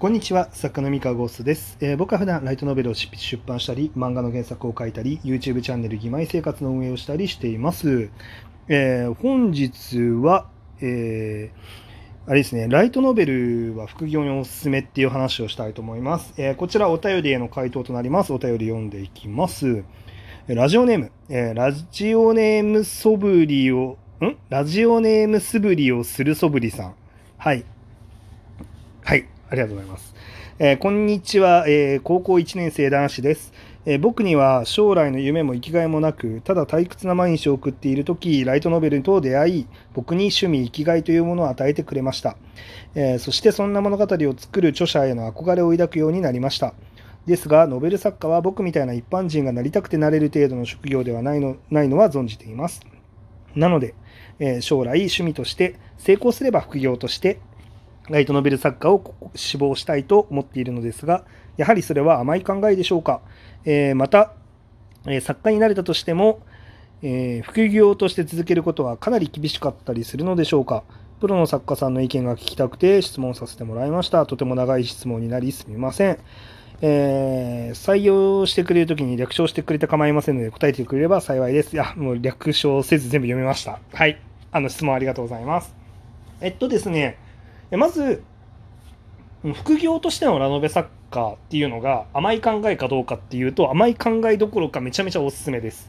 こんにちは、作家の三河ゴーストです。僕は普段ライトノベルを執筆出版したり、漫画の原作を書いたり、YouTube チャンネル義妹生活の運営をしたりしています。本日は、あれですね、ライトノベルは副業におすすめっていう話をしたいと思います。こちらお便りへの回答となります。お便り読んでいきます。ラジオネーム、ラジオネームそぶりを、ラジオネームすぶりをするそぶりさん。はい。はい、ありがとうございます。こんにちは、高校1年生男子です。僕には将来の夢も生きがいもなく、ただ退屈な毎日を送っているとき、ライトノベルと出会い、僕に趣味、生きがいというものを与えてくれました。そしてそんな物語を作る著者への憧れを抱くようになりました。ですが、ノベル作家は僕みたいな一般人がなりたくてなれる程度の職業ではないのは存じています。なので、将来趣味として成功すれば副業としてライトノベル作家を志望したいと思っているのですが、やはりそれは甘い考えでしょうか。また、作家になれたとしても、副業として続けることはかなり厳しかったりするのでしょうか。プロの作家さんの意見が聞きたくて質問させてもらいました。とても長い質問になりすみません。採用してくれるときに略称してくれて構いませんので答えてくれれば幸いです。いや、もう略称せず全部読みました。はい。質問ありがとうございます。ですね、まず、副業としてのラノベ作家っていうのが甘い考えかどうかっていうと、甘い考えどころかめちゃめちゃおすすめです。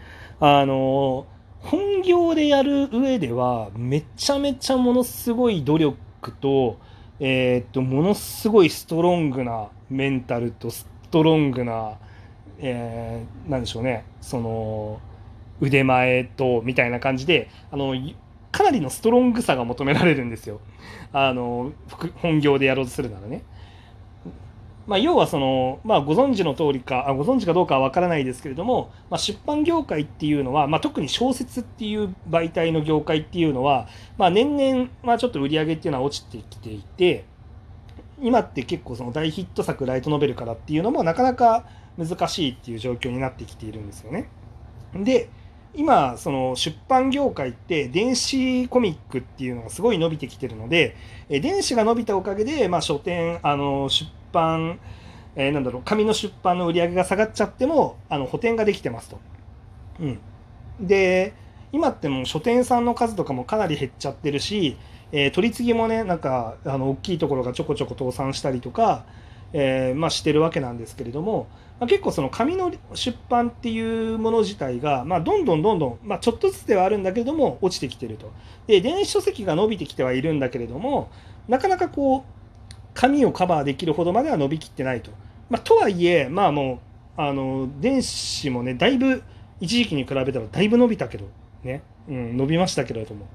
本業でやる上ではめちゃめちゃものすごい努力と、ものすごいストロングなメンタルとストロングな、なんでしょうね、その腕前とみたいな感じで、かなりのストロングさが求められるんですよ。本業でやろうとするならね。要はご存知の通りか、ご存知かどうかは分からないですけれども、出版業界っていうのは、特に小説っていう媒体の業界っていうのは、年々、ちょっと売り上げっていうのは落ちてきていて、今って結構その大ヒット作ライトノベルからっていうのもなかなか難しいっていう状況になってきているんですよね。で、今その出版業界って電子コミックっていうのがすごい伸びてきてるので、電子が伸びたおかげで、書店出版、紙の出版の売り上げが下がっちゃっても補填ができてますと。うん、で今ってもう書店さんの数とかもかなり減っちゃってるし、取り次ぎもねなんか大きいところがちょこちょこ倒産したりとか、してるわけなんですけれども、結構その紙の出版っていうもの自体が、どんどんどんどん、ちょっとずつではあるんだけれども落ちてきてると。で電子書籍が伸びてきてはいるんだけれども、なかなかこう紙をカバーできるほどまでは伸びきってないと。とはいえもう電子もねだいぶ一時期に比べたらだいぶ伸びたけどね、伸びましたけれども、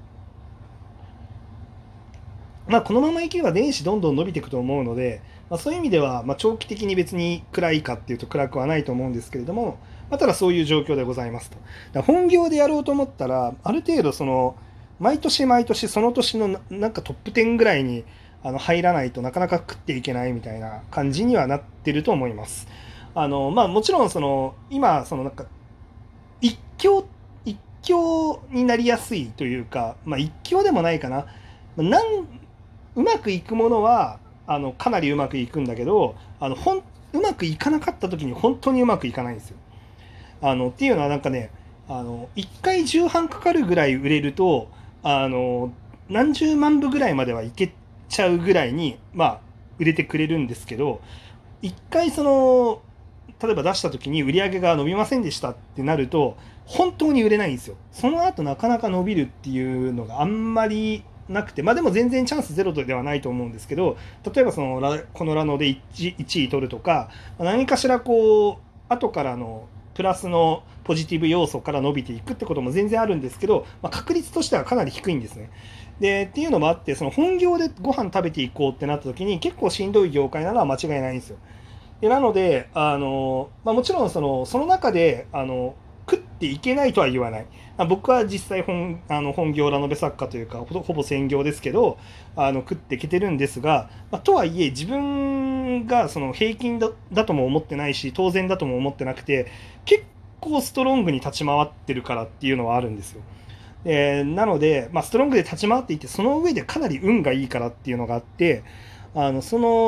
このままいけば電子どんどん伸びていくと思うので、そういう意味では、長期的に別に暗いかっていうと暗くはないと思うんですけれども、ただそういう状況でございますと。だから本業でやろうと思ったら、ある程度毎年毎年その年のなんかトップ10ぐらいに入らないとなかなか食っていけないみたいな感じにはなってると思います。もちろん今なんか一強一強になりやすいというか、一強でもないかな。うまくいくものはかなりうまくいくんだけど、うまくいかなかった時に本当にうまくいかないんですよ。っていうのはなんかね、1回重版かかるぐらい売れると何十万部ぐらいまではいけちゃうぐらいに売れてくれるんですけど、1回例えば出した時に売り上げが伸びませんでしたってなると本当に売れないんですよ。その後なかなか伸びるっていうのがあんまりなくて、でも全然チャンスゼロではないと思うんですけど、例えばこのラノで 1位取るとか、何かしらこう後からのプラスのポジティブ要素から伸びていくってことも全然あるんですけど、確率としてはかなり低いんですね。でっていうのもあって、本業でご飯食べていこうってなった時に結構しんどい業界なのは間違いないんですよ。でなのでもちろんその中で食っていけないとは言わない。僕は実際本業ラノベ作家というかほぼ専業ですけど食っていけてるんですが、とはいえ自分が平均だとも思ってないし当然だとも思ってなくて、結構ストロングに立ち回ってるからっていうのはあるんですよ。なので、ストロングで立ち回っていてその上でかなり運がいいからっていうのがあって、その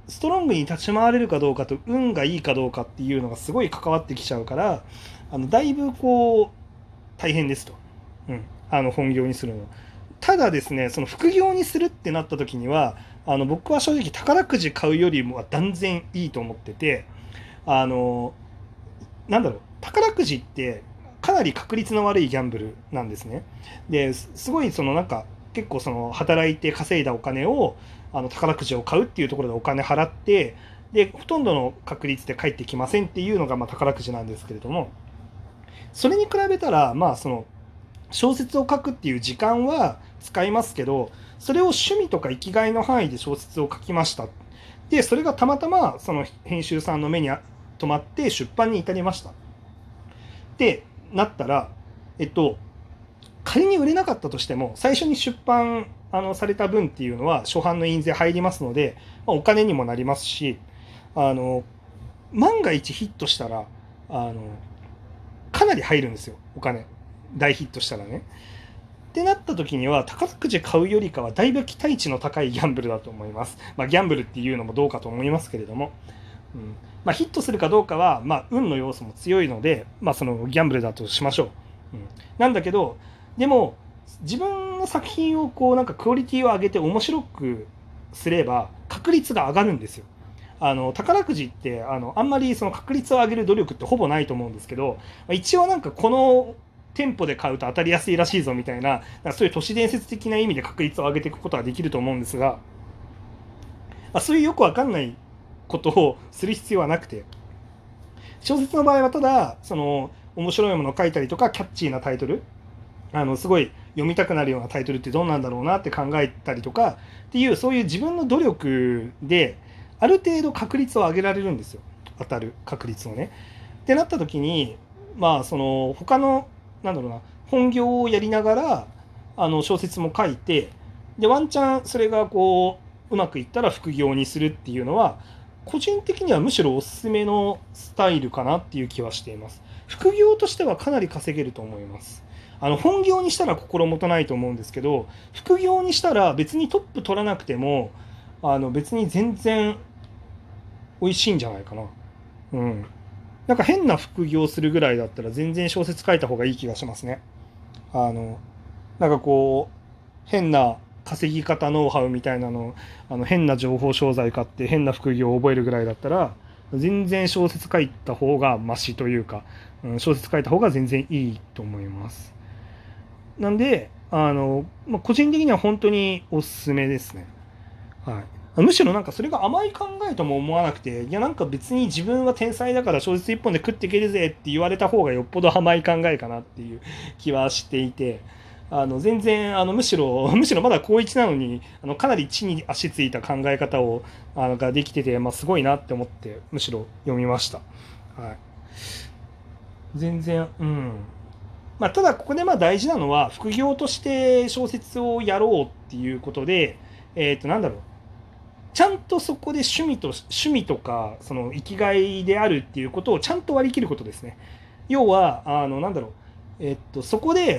ストロングに立ち回れるかどうかと運がいいかどうかっていうのがすごい関わってきちゃうから、だいぶこう大変ですと、本業にするの。ただですね、その副業にするってなった時には、僕は正直宝くじ買うよりも断然いいと思ってて、なんだろう、宝くじってかなり確率の悪いギャンブルなんですね。ですごいなんか結構働いて稼いだお金を宝くじを買うっていうところでお金払って、でほとんどの確率で返ってきませんっていうのが宝くじなんですけれども、それに比べたら小説を書くっていう時間は使いますけど、それを趣味とか生きがいの範囲で小説を書きました。でそれがたまたまその編集さんの目に留まって出版に至りましたってなったら、仮に売れなかったとしても最初に出版された分っていうのは初版の印税入りますので、お金にもなりますし、万が一ヒットしたらかなり入るんですよ、お金。大ヒットしたらね。ってなった時には宝くじ買うよりかはだいぶ期待値の高いギャンブルだと思います。ギャンブルっていうのもどうかと思いますけれども、ヒットするかどうかは、運の要素も強いので、そのギャンブルだとしましょう。なんだけど、でも自分の作品をなんかクオリティを上げて面白くすれば確率が上がるんですよ。宝くじってあんまりその確率を上げる努力ってほぼないと思うんですけど、一応なんかこの店舗で買うと当たりやすいらしいぞみたいな、そういう都市伝説的な意味で確率を上げていくことはできると思うんですが、そういうよくわかんないことをする必要はなくて、小説の場合はただ面白いものを書いたりとか、キャッチーなタイトル、すごい読みたくなるようなタイトルってどうなんだろうなって考えたりとかっていう、そういう自分の努力である程度確率を上げられるんですよ、当たる確率をね。ってなった時に他のなんだろうな、本業をやりながら小説も書いて、でワンチャンそれがうまくいったら副業にするっていうのは個人的にはむしろおすすめのスタイルかなっていう気はしています。副業としてはかなり稼げると思います。本業にしたら心もとないと思うんですけど、副業にしたら別にトップ取らなくても別に全然美味しいんじゃないかな。なんか変な副業するぐらいだったら全然小説書いた方がいい気がしますね。なんか変な稼ぎ方ノウハウみたいなの、変な情報商材買って変な副業を覚えるぐらいだったら全然小説書いた方がマシというか、小説書いた方が全然いいと思います。なんで個人的には本当におすすめですね。むしろなんかそれが甘い考えとも思わなくて、いやなんか別に自分は天才だから小説一本で食っていけるぜって言われた方がよっぽど甘い考えかなっていう気はしていて、全然むしろまだ高1なのにかなり地に足ついた考え方をができてて、すごいなって思ってむしろ読みました。全然ただここで大事なのは副業として小説をやろうっていうことで、なんだろう、ちゃんとそこで趣味とかその生きがいであるっていうことをちゃんと割り切ることですね。要はなんだろう、そこで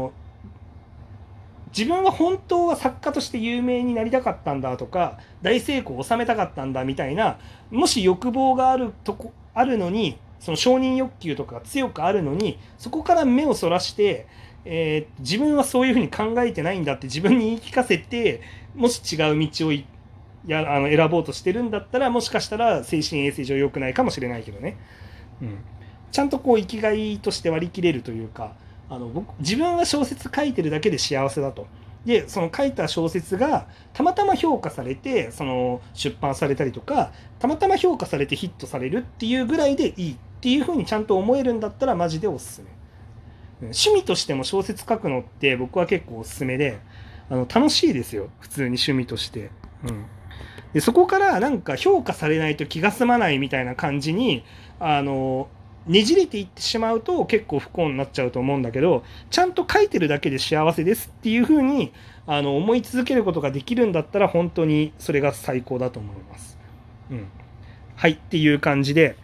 自分は本当は作家として有名になりたかったんだとか大成功を収めたかったんだみたいな、もし欲望があるのに、その承認欲求とかが強くあるのに、そこから目をそらして、自分はそういうふうに考えてないんだって自分に言い聞かせて、もし違う道を選ぼうとしてるんだったら、もしかしたら精神衛生上良くないかもしれないけどね、ちゃんと生きがいとして割り切れるというか、自分は小説書いてるだけで幸せだと。でその書いた小説がたまたま評価されて出版されたりとか、たまたま評価されてヒットされるっていうぐらいでいいっていうふうにちゃんと思えるんだったらマジでおすすめ。趣味としても小説書くのって僕は結構おすすめで、楽しいですよ普通に趣味として。でそこからなんか評価されないと気が済まないみたいな感じにねじれていってしまうと結構不幸になっちゃうと思うんだけど、ちゃんと書いてるだけで幸せですっていう風に思い続けることができるんだったら本当にそれが最高だと思います。はいっていう感じで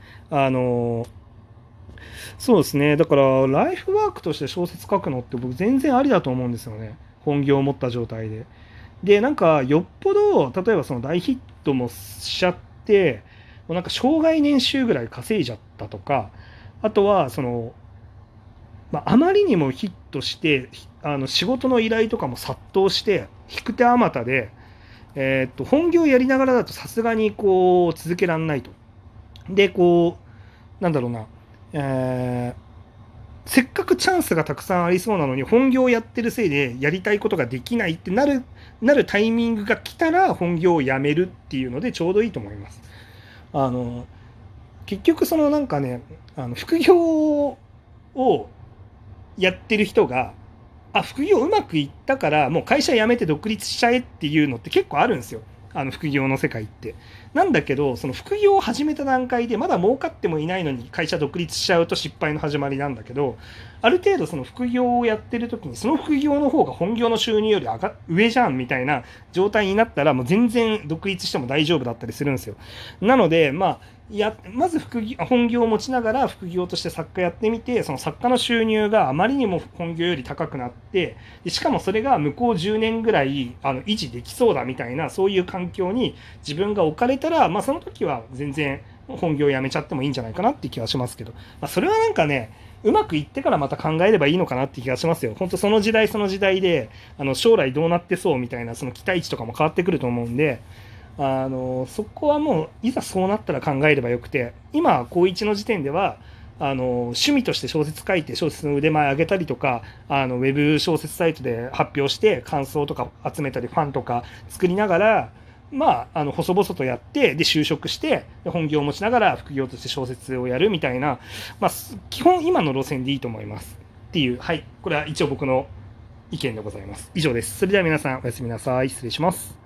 そうですね、だからライフワークとして小説書くのって僕全然ありだと思うんですよね、本業を持った状態で。でなんかよっぽど例えばその大ヒットもしちゃっってもうなんか生涯年収ぐらい稼いじゃったとか、あとはあまりにもヒットして仕事の依頼とかも殺到して引く手あまたで、本業やりながらだとさすがにこう続けられないと。でこうなんだろうな、せっかくチャンスがたくさんありそうなのに本業をやってるせいでやりたいことができないってなるタイミングが来たら本業をやめるっていうのでちょうどいいと思います。あの結局なんかね、副業をやってる人が副業うまくいったからもう会社辞めて独立しちゃえっていうのって結構あるんですよ、副業の世界って。なんだけどその副業を始めた段階でまだ儲かってもいないのに会社独立しちゃうと失敗の始まりなんだけど、ある程度その副業をやってる時にその副業の方が本業の収入より上じゃんみたいな状態になったらもう全然独立しても大丈夫だったりするんですよ。なのでまず本業を持ちながら副業として作家やってみて、その作家の収入があまりにも本業より高くなって、しかもそれが向こう10年ぐらい維持できそうだみたいな、そういう環境に自分が置かれたら、その時は全然本業をやめちゃってもいいんじゃないかなって気はしますけど、それはなんかね、うまくいってからまた考えればいいのかなって気がしますよ。本当その時代その時代で将来どうなってそうみたいなその期待値とかも変わってくると思うんで、そこはもういざそうなったら考えればよくて、今高1の時点では趣味として小説書いて小説の腕前上げたりとかウェブ小説サイトで発表して感想とか集めたりファンとか作りながら細々とやってで就職して本業を持ちながら副業として小説をやるみたいな、基本今の路線でいいと思いますっていう、はい、これは一応僕の意見でございます。以上です。それでは皆さんおやすみなさい。失礼します。